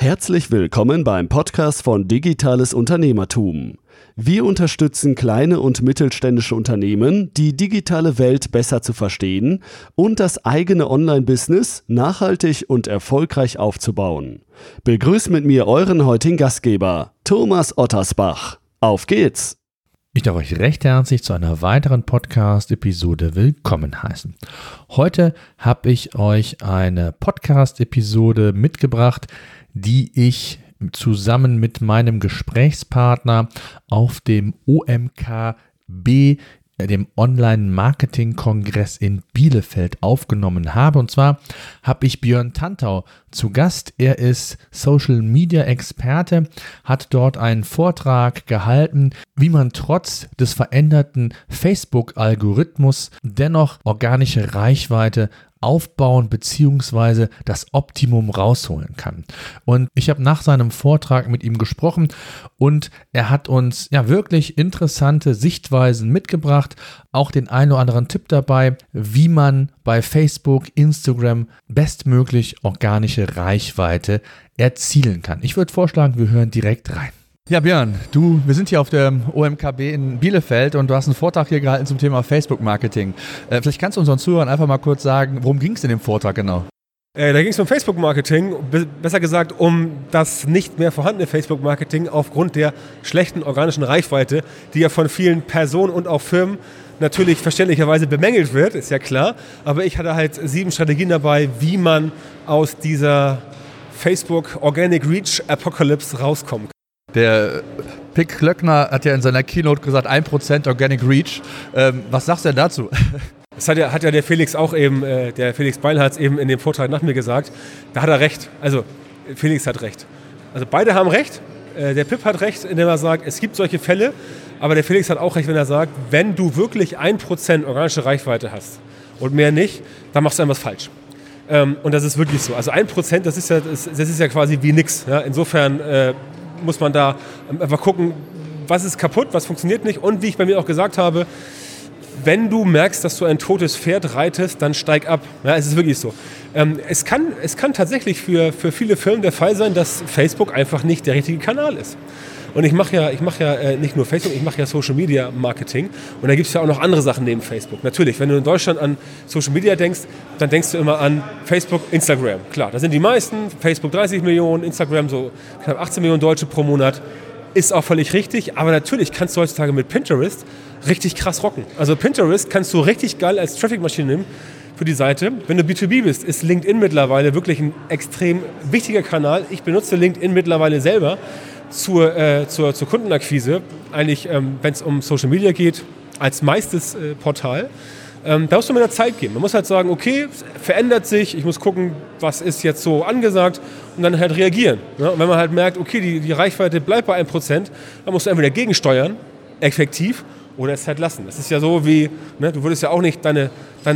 Herzlich willkommen beim Podcast von Digitales Unternehmertum. Wir unterstützen kleine und mittelständische Unternehmen, die digitale Welt besser zu verstehen und das eigene Online-Business nachhaltig und erfolgreich aufzubauen. Begrüßt mit mir euren heutigen Gastgeber, Thomas Ottersbach. Auf geht's! Ich darf euch recht herzlich zu einer weiteren Podcast-Episode willkommen heißen. Heute habe ich euch eine Podcast-Episode mitgebracht, die ich zusammen mit meinem Gesprächspartner auf dem OMKB, dem Online-Marketing-Kongress in Bielefeld, aufgenommen habe. Und zwar habe ich Björn Tantau zu Gast. Er ist Social-Media-Experte, hat dort einen Vortrag gehalten, wie man trotz des veränderten Facebook-Algorithmus dennoch organische Reichweite aufbauen bzw. das Optimum rausholen kann. Und ich habe nach seinem Vortrag mit ihm gesprochen und er hat uns wirklich interessante Sichtweisen mitgebracht, auch den einen oder anderen Tipp dabei, wie man bei Facebook, Instagram bestmöglich organische Reichweite erzielen kann. Ich würde vorschlagen, wir hören direkt rein. Ja, Björn, wir sind hier auf der OMKB in Bielefeld und du hast einen Vortrag hier gehalten zum Thema Facebook-Marketing. Vielleicht kannst du unseren Zuhörern einfach mal kurz sagen, worum ging es in dem Vortrag genau? Da ging es um Facebook-Marketing, besser gesagt um das nicht mehr vorhandene Facebook-Marketing aufgrund der schlechten organischen Reichweite, die ja von vielen Personen und auch Firmen natürlich verständlicherweise bemängelt wird, ist ja klar. Aber ich hatte halt 7 Strategien dabei, wie man aus dieser Facebook Organic Reach Apocalypse rauskommt. Der Pick Klöckner hat ja in seiner Keynote gesagt, 1% Organic Reach. Was sagst du denn dazu? Das hat ja der Felix auch eben, der Felix Beil hat es eben in dem Vortrag nach mir gesagt. Da hat er recht. Also Felix hat recht. Also beide haben recht. Der Pip hat recht, indem er sagt, es gibt solche Fälle. Aber der Felix hat auch recht, wenn er sagt, wenn du wirklich 1% organische Reichweite hast und mehr nicht, dann machst du etwas falsch. Und das ist wirklich so. Also 1%, das ist ja quasi wie nix. Ja? Insofern muss man da einfach gucken, was ist kaputt, was funktioniert nicht. Und wie ich bei mir auch gesagt habe, wenn du merkst, dass du ein totes Pferd reitest, dann steig ab. Ja, es ist wirklich so. Es kann tatsächlich für viele Firmen der Fall sein, dass Facebook einfach nicht der richtige Kanal ist. Und ich mache ja nicht nur Facebook, ich mache ja Social Media Marketing. Und da gibt es ja auch noch andere Sachen neben Facebook. Natürlich, wenn du in Deutschland an Social Media denkst, dann denkst du immer an Facebook, Instagram. Klar, da sind die meisten. Facebook 30 Millionen, Instagram so knapp 18 Millionen Deutsche pro Monat. Ist auch völlig richtig. Aber natürlich kannst du heutzutage mit Pinterest richtig krass rocken. Also Pinterest kannst du richtig geil als Traffic-Maschine nehmen für die Seite. Wenn du B2B bist, ist LinkedIn mittlerweile wirklich ein extrem wichtiger Kanal. Ich benutze LinkedIn mittlerweile selber zur Kundenakquise, eigentlich, wenn es um Social Media geht, als meistes Portal. Da musst du mit der Zeit gehen. Man muss halt sagen, okay, verändert sich, ich muss gucken, was ist jetzt so angesagt und dann halt reagieren. Ja? Und wenn man halt merkt, okay, die Reichweite bleibt bei 1%, dann musst du entweder gegensteuern, effektiv, oder es halt lassen. Das ist ja so wie, du würdest ja auch nicht dein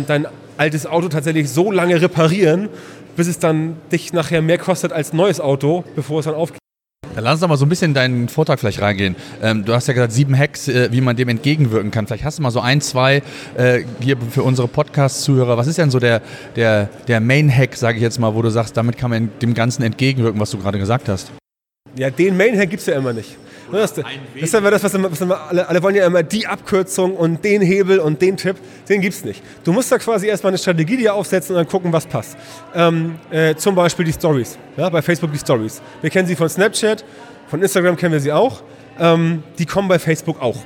altes Auto tatsächlich so lange reparieren, bis es dann dich nachher mehr kostet als ein neues Auto, bevor es dann aufgeht. Dann lass uns doch mal so ein bisschen in deinen Vortrag vielleicht reingehen. Du hast ja gesagt, 7 Hacks, wie man dem entgegenwirken kann. Vielleicht hast du mal so 1, 2 hier für unsere Podcast-Zuhörer. Was ist denn so der Main-Hack, sage ich jetzt mal, wo du sagst, damit kann man dem Ganzen entgegenwirken, was du gerade gesagt hast? Ja, den Main-Hack gibt es ja immer nicht. Das ist aber das, was alle wollen ja immer die Abkürzung und den Hebel und den Tipp, den gibt's nicht. Du musst da quasi erstmal eine Strategie dir aufsetzen und dann gucken, was passt. Zum Beispiel die Stories, ja, bei Facebook die Stories. Wir kennen sie von Snapchat, von Instagram kennen wir sie auch. Die kommen bei Facebook auch.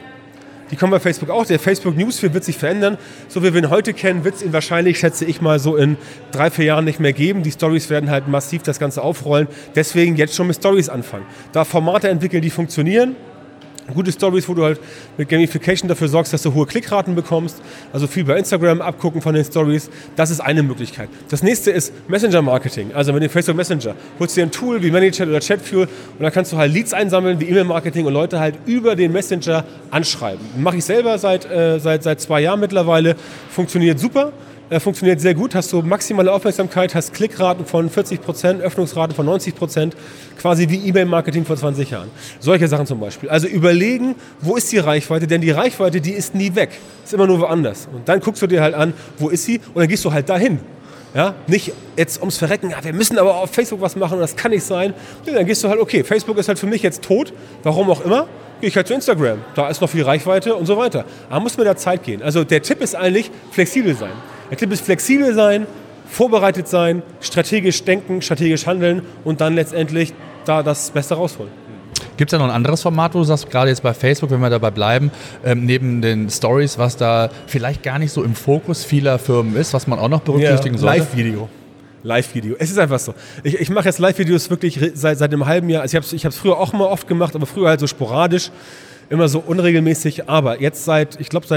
Der Facebook Newsfeed wird sich verändern. So wie wir ihn heute kennen, wird es ihn wahrscheinlich, schätze ich mal, so in 3-4 Jahren nicht mehr geben. Die Stories werden halt massiv das Ganze aufrollen. Deswegen jetzt schon mit Stories anfangen. Da Formate entwickeln, die funktionieren. Gute Stories, wo du halt mit Gamification dafür sorgst, dass du hohe Klickraten bekommst. Also viel bei Instagram abgucken von den Stories. Das ist eine Möglichkeit. Das nächste ist Messenger-Marketing. Also mit dem Facebook Messenger. Holst dir ein Tool wie ManyChat oder Chatfuel und dann kannst du halt Leads einsammeln wie E-Mail-Marketing und Leute halt über den Messenger anschreiben. Mache ich selber seit 2 Jahren mittlerweile. Funktioniert super. Funktioniert sehr gut, hast du maximale Aufmerksamkeit, hast Klickraten von 40%, Öffnungsraten von 90%, quasi wie E-Mail-Marketing vor 20 Jahren. Solche Sachen zum Beispiel. Also überlegen, wo ist die Reichweite, denn die Reichweite, die ist nie weg, ist immer nur woanders. Und dann guckst du dir halt an, wo ist sie und dann gehst du halt dahin. Ja, nicht jetzt ums Verrecken, ja, wir müssen aber auf Facebook was machen und das kann nicht sein. Ja, dann gehst du halt, okay, Facebook ist halt für mich jetzt tot, warum auch immer, gehe ich halt zu Instagram, da ist noch viel Reichweite und so weiter. Aber muss mir da Zeit gehen. Also der Tipp ist eigentlich, flexibel sein. Der Tipp ist flexibel sein, vorbereitet sein, strategisch denken, strategisch handeln und dann letztendlich da das Beste rausholen. Gibt es da noch ein anderes Format, wo du sagst, gerade jetzt bei Facebook, wenn wir dabei bleiben, neben den Stories, was da vielleicht gar nicht so im Fokus vieler Firmen ist, was man auch noch berücksichtigen sollte? Live-Video. Es ist einfach so. Ich mache jetzt Live-Videos wirklich seit einem halben Jahr. Also ich habe es früher auch immer oft gemacht, aber früher halt so sporadisch, immer so unregelmäßig. Aber jetzt seit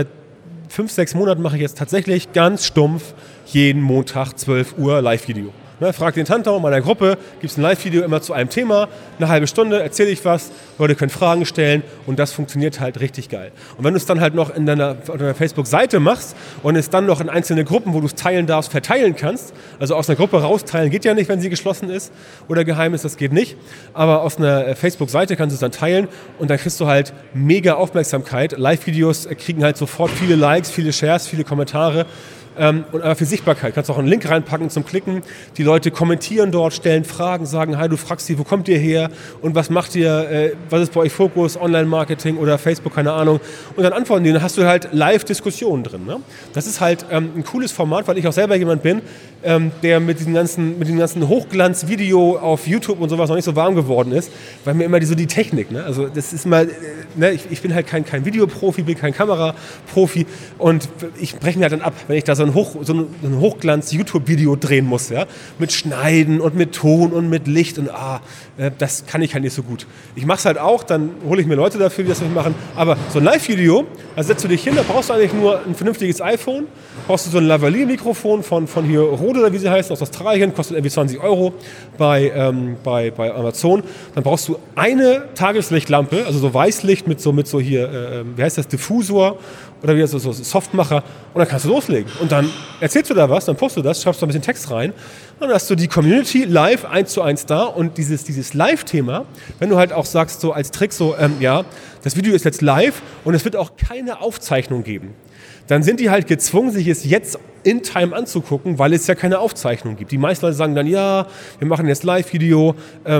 5-6 Monaten mache ich jetzt tatsächlich ganz stumpf jeden Montag 12 Uhr Live-Video. Ne, frag den Tantau in meiner Gruppe, gibt es ein Live-Video immer zu einem Thema, eine halbe Stunde, erzähle ich was, Leute können Fragen stellen und das funktioniert halt richtig geil. Und wenn du es dann halt noch in deiner Facebook-Seite machst und es dann noch in einzelne Gruppen, wo du es teilen darfst, verteilen kannst, also aus einer Gruppe rausteilen geht ja nicht, wenn sie geschlossen ist oder geheim ist, das geht nicht, aber aus einer Facebook-Seite kannst du es dann teilen und dann kriegst du halt mega Aufmerksamkeit. Live-Videos kriegen halt sofort viele Likes, viele Shares, viele Kommentare. Und aber für Sichtbarkeit kannst du auch einen Link reinpacken zum Klicken. Die Leute kommentieren dort, stellen Fragen, sagen, hi, du fragst sie, wo kommt ihr her und was macht ihr, was ist bei euch Fokus, Online-Marketing oder Facebook, keine Ahnung. Und dann antworten die, dann hast du halt Live-Diskussionen drin. Ne? Das ist halt ein cooles Format, weil ich auch selber jemand bin, der mit diesem ganzen Hochglanz-Video auf YouTube und sowas noch nicht so warm geworden ist, weil mir immer die Technik, ne? Also das ist mal, ne? Ich bin halt kein Videoprofi, bin kein Kameraprofi und ich breche mir halt dann ab, wenn ich da so ein Hochglanz-YouTube-Video drehen muss, ja? Mit Schneiden und mit Ton und mit Licht und das kann ich halt nicht so gut. Ich mache es halt auch, dann hole ich mir Leute dafür, die das nicht machen, aber so ein Live-Video, da setzt du dich hin, da brauchst du eigentlich nur ein vernünftiges iPhone, brauchst du so ein Lavalier-Mikrofon von hier Rode oder wie sie heißt, aus Australien, kostet irgendwie 20 € bei Amazon, dann brauchst du eine Tageslichtlampe, also so Weißlicht mit so hier, wie heißt das, Diffusor oder wie das so Softmacher und dann kannst du loslegen. Und dann erzählst du da was, dann postest du das, schreibst da ein bisschen Text rein und dann hast du die Community live 1:1 da und dieses Live-Thema, wenn du halt auch sagst so als Trick so, das Video ist jetzt live und es wird auch keine Aufzeichnung geben. Dann sind die halt gezwungen, sich es jetzt in Time anzugucken, weil es ja keine Aufzeichnung gibt. Die meisten Leute sagen dann, ja, wir machen jetzt Live-Video,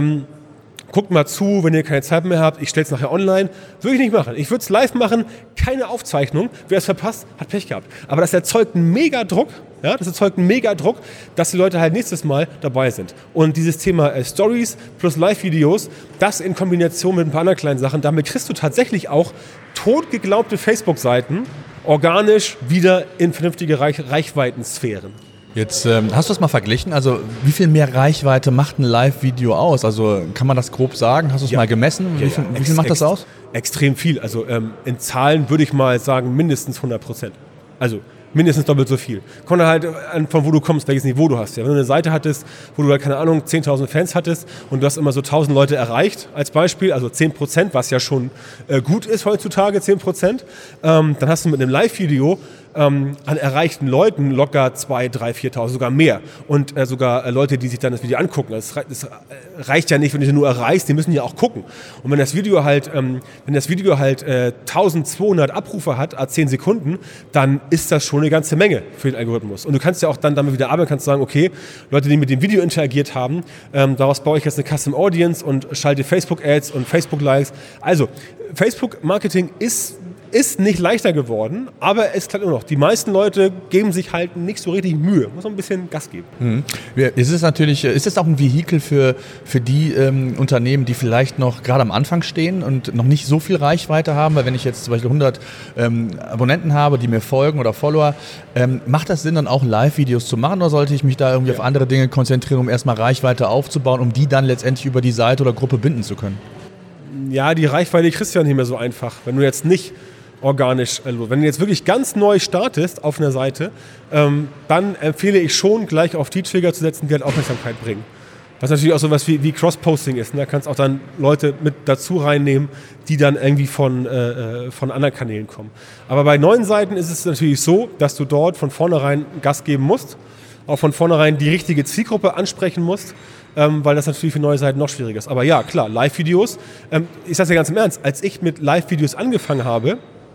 guckt mal zu, wenn ihr keine Zeit mehr habt, ich stelle es nachher online. Würde ich nicht machen. Ich würde es live machen, keine Aufzeichnung. Wer es verpasst, hat Pech gehabt. Aber das erzeugt einen Mega-Druck, dass die Leute halt nächstes Mal dabei sind. Und dieses Thema Stories plus Live-Videos, das in Kombination mit ein paar anderen kleinen Sachen, damit kriegst du tatsächlich auch totgeglaubte Facebook-Seiten organisch wieder in vernünftige Reichweitensphären. Jetzt hast du das mal verglichen, also wie viel mehr Reichweite macht ein Live-Video aus? Also kann man das grob sagen? Hast du es mal gemessen? Wie viel macht das aus? Extrem viel, also in Zahlen würde ich mal sagen mindestens 100%. Also mindestens doppelt so viel. Kommt halt an, von wo du kommst, welches Niveau du hast. Ja, wenn du eine Seite hattest, wo du halt, keine Ahnung, 10.000 Fans hattest und du hast immer so 1.000 Leute erreicht, als Beispiel, also 10%, was ja schon gut ist heutzutage, 10%, dann hast du mit einem Live-Video an erreichten Leuten locker 2.000, 3.000, 4.000, sogar mehr. Und sogar Leute, die sich dann das Video angucken. Das reicht ja nicht, wenn du nur erreichst, die müssen ja auch gucken. Und wenn das Video halt 1.200 Abrufe hat, 10 Sekunden, dann ist das schon eine ganze Menge für den Algorithmus. Und du kannst ja auch dann damit wieder arbeiten, kannst sagen, okay, Leute, die mit dem Video interagiert haben, daraus baue ich jetzt eine Custom Audience und schalte Facebook-Ads und Facebook-Likes. Also, Facebook-Marketing ist nicht leichter geworden, aber es klappt immer noch. Die meisten Leute geben sich halt nicht so richtig Mühe. Muss man ein bisschen Gas geben. Ist es auch ein Vehikel für die Unternehmen, die vielleicht noch gerade am Anfang stehen und noch nicht so viel Reichweite haben? Weil wenn ich jetzt zum Beispiel 100 Abonnenten habe, die mir folgen oder Follower, macht das Sinn, dann auch Live-Videos zu machen oder sollte ich mich da irgendwie auf andere Dinge konzentrieren, um erstmal Reichweite aufzubauen, um die dann letztendlich über die Seite oder Gruppe binden zu können? Ja, die Reichweite kriegst du ja nicht mehr so einfach. Wenn du jetzt nicht organisch, wenn du jetzt wirklich ganz neu startest auf einer Seite, dann empfehle ich schon, gleich auf die Trigger zu setzen, die halt Aufmerksamkeit bringen. Was natürlich auch sowas wie Cross-Posting ist. Da kannst auch dann Leute mit dazu reinnehmen, die dann irgendwie von anderen Kanälen kommen. Aber bei neuen Seiten ist es natürlich so, dass du dort von vornherein Gas geben musst, auch von vornherein die richtige Zielgruppe ansprechen musst, weil das natürlich für neue Seiten noch schwieriger ist. Aber ja, klar, Live-Videos. Ich sage ja ganz im Ernst, als ich mit Live-Videos angefangen habe,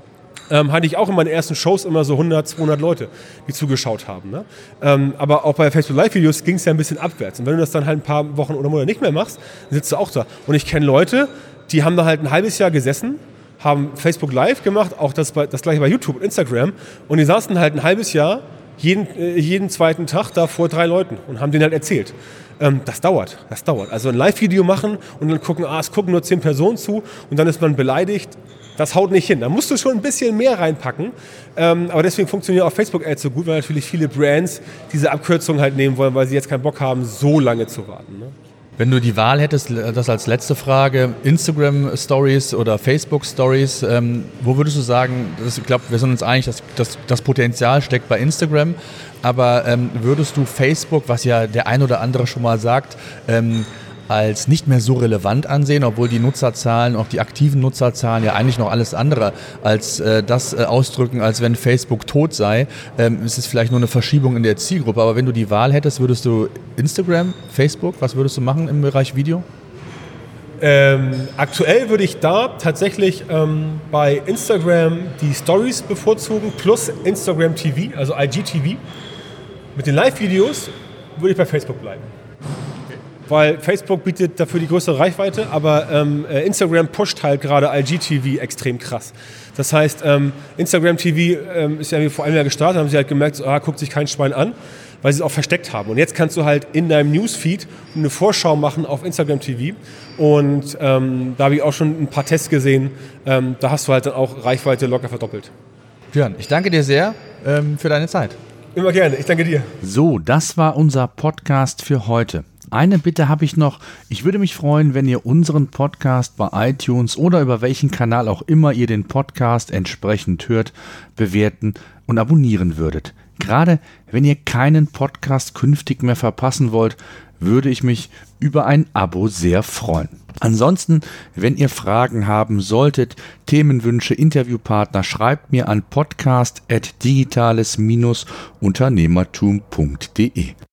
hatte ich auch in meinen ersten Shows immer so 100, 200 Leute, die zugeschaut haben. Ne? Aber auch bei Facebook Live-Videos ging es ja ein bisschen abwärts. Und wenn du das dann halt ein paar Wochen oder Monate nicht mehr machst, dann sitzt du auch da. Und ich kenne Leute, die haben da halt ein halbes Jahr gesessen, haben Facebook Live gemacht, auch das gleiche bei YouTube und Instagram. Und die saßen halt ein halbes Jahr jeden zweiten Tag da vor 3 Leuten und haben denen halt erzählt. Das dauert. Also ein Live-Video machen und dann gucken, es gucken nur 10 Personen zu und dann ist man beleidigt. Das haut nicht hin. Da musst du schon ein bisschen mehr reinpacken. Aber deswegen funktioniert auch Facebook-Ads so gut, weil natürlich viele Brands diese Abkürzung halt nehmen wollen, weil sie jetzt keinen Bock haben, so lange zu warten. Ne? Wenn du die Wahl hättest, das als letzte Frage, Instagram-Stories oder Facebook-Stories, wo würdest du sagen, ich glaube, wir sind uns einig, dass das Potenzial steckt bei Instagram, aber würdest du Facebook, was ja der ein oder andere schon mal sagt, als nicht mehr so relevant ansehen, obwohl die Nutzerzahlen, auch die aktiven Nutzerzahlen ja eigentlich noch alles andere als das ausdrücken, als wenn Facebook tot sei. Es ist vielleicht nur eine Verschiebung in der Zielgruppe, aber wenn du die Wahl hättest, würdest du Instagram, Facebook, was würdest du machen im Bereich Video? Aktuell würde ich da tatsächlich bei Instagram die Stories bevorzugen, plus Instagram TV, also IGTV. Mit den Live-Videos würde ich bei Facebook bleiben. Weil Facebook bietet dafür die größere Reichweite, aber Instagram pusht halt gerade IGTV extrem krass. Das heißt, Instagram TV ist ja vor einem Jahr gestartet, haben sie halt gemerkt, so, guckt sich kein Schwein an, weil sie es auch versteckt haben. Und jetzt kannst du halt in deinem Newsfeed eine Vorschau machen auf Instagram TV. Und da habe ich auch schon ein paar Tests gesehen. Da hast du halt dann auch Reichweite locker verdoppelt. Björn, ich danke dir sehr für deine Zeit. Immer gerne, ich danke dir. So, das war unser Podcast für heute. Eine Bitte habe ich noch. Ich würde mich freuen, wenn ihr unseren Podcast bei iTunes oder über welchen Kanal auch immer ihr den Podcast entsprechend hört, bewerten und abonnieren würdet. Gerade wenn ihr keinen Podcast künftig mehr verpassen wollt, würde ich mich über ein Abo sehr freuen. Ansonsten, wenn ihr Fragen haben solltet, Themenwünsche, Interviewpartner, schreibt mir an podcast@digitales-unternehmertum.de.